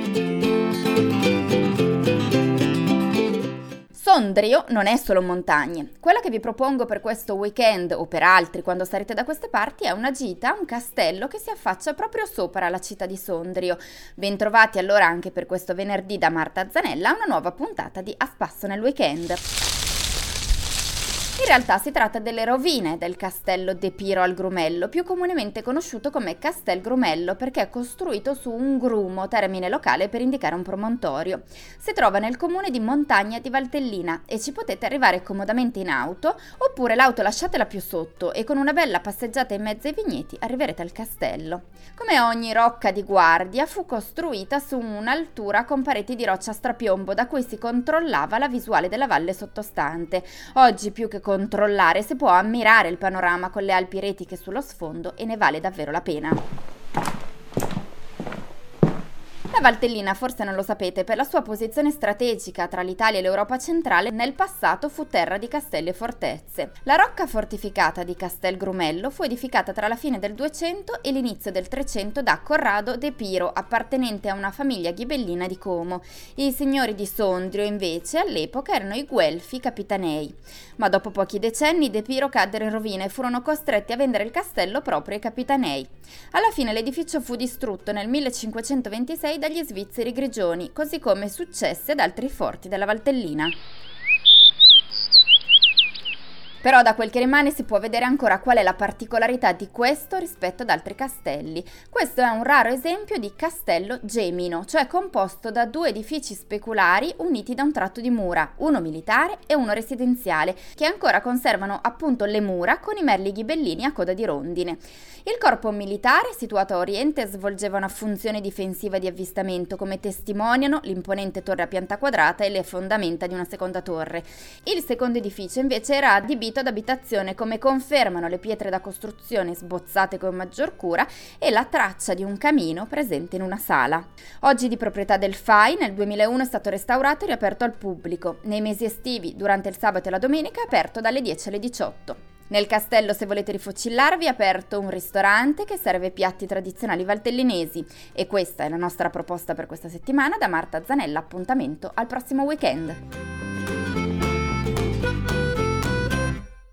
Sondrio non è solo montagne. Quella che vi propongo per questo weekend o per altri quando sarete da queste parti è una gita a un castello che si affaccia proprio sopra la città di Sondrio. Bentrovati allora anche per questo venerdì da Marta Zanella, una nuova puntata di A Spasso nel Weekend. In realtà si tratta delle rovine del castello De Piro al Grumello, più comunemente conosciuto come Castel Grumello perché è costruito su un grumo, termine locale per indicare un promontorio. Si trova nel comune di Montagna di Valtellina e ci potete arrivare comodamente in auto, oppure l'auto lasciatela più sotto e con una bella passeggiata in mezzo ai vigneti arriverete al castello. Come ogni rocca di guardia, fu costruita su un'altura con pareti di roccia strapiombo da cui si controllava la visuale della valle sottostante. Oggi più che controllare si può ammirare il panorama con le Alpi Retiche sullo sfondo e ne vale davvero la pena. La Valtellina, forse non lo sapete, per la sua posizione strategica tra l'Italia e l'Europa centrale, nel passato fu terra di castelli e fortezze. La rocca fortificata di Castel Grumello fu edificata tra la fine del 200 e l'inizio del 300 da Corrado De Piro, appartenente a una famiglia ghibellina di Como. I signori di Sondrio, invece, all'epoca erano i Guelfi capitanei. Ma dopo pochi decenni De Piro caddero in rovina e furono costretti a vendere il castello proprio ai capitanei. Alla fine l'edificio fu distrutto nel 1526 dagli svizzeri grigioni, così come successe ad altri forti della Valtellina. Però da quel che rimane si può vedere ancora qual è la particolarità di questo rispetto ad altri castelli. Questo è un raro esempio di castello gemino, cioè composto da due edifici speculari uniti da un tratto di mura, uno militare e uno residenziale, che ancora conservano appunto le mura con i merli ghibellini a coda di rondine. Il corpo militare, situato a oriente, svolgeva una funzione difensiva di avvistamento, come testimoniano l'imponente torre a pianta quadrata e le fondamenta di una seconda torre. Il secondo edificio invece era adibito ad abitazione, come confermano le pietre da costruzione sbozzate con maggior cura e la traccia di un camino presente in una sala. Oggi di proprietà del FAI, nel 2001 è stato restaurato e riaperto al pubblico. Nei mesi estivi, durante il sabato e la domenica, è aperto dalle 10 alle 18. Nel castello, se volete rifocillarvi, è aperto un ristorante che serve piatti tradizionali valtellinesi. E questa è la nostra proposta per questa settimana. Da Marta Zanella, appuntamento al prossimo weekend.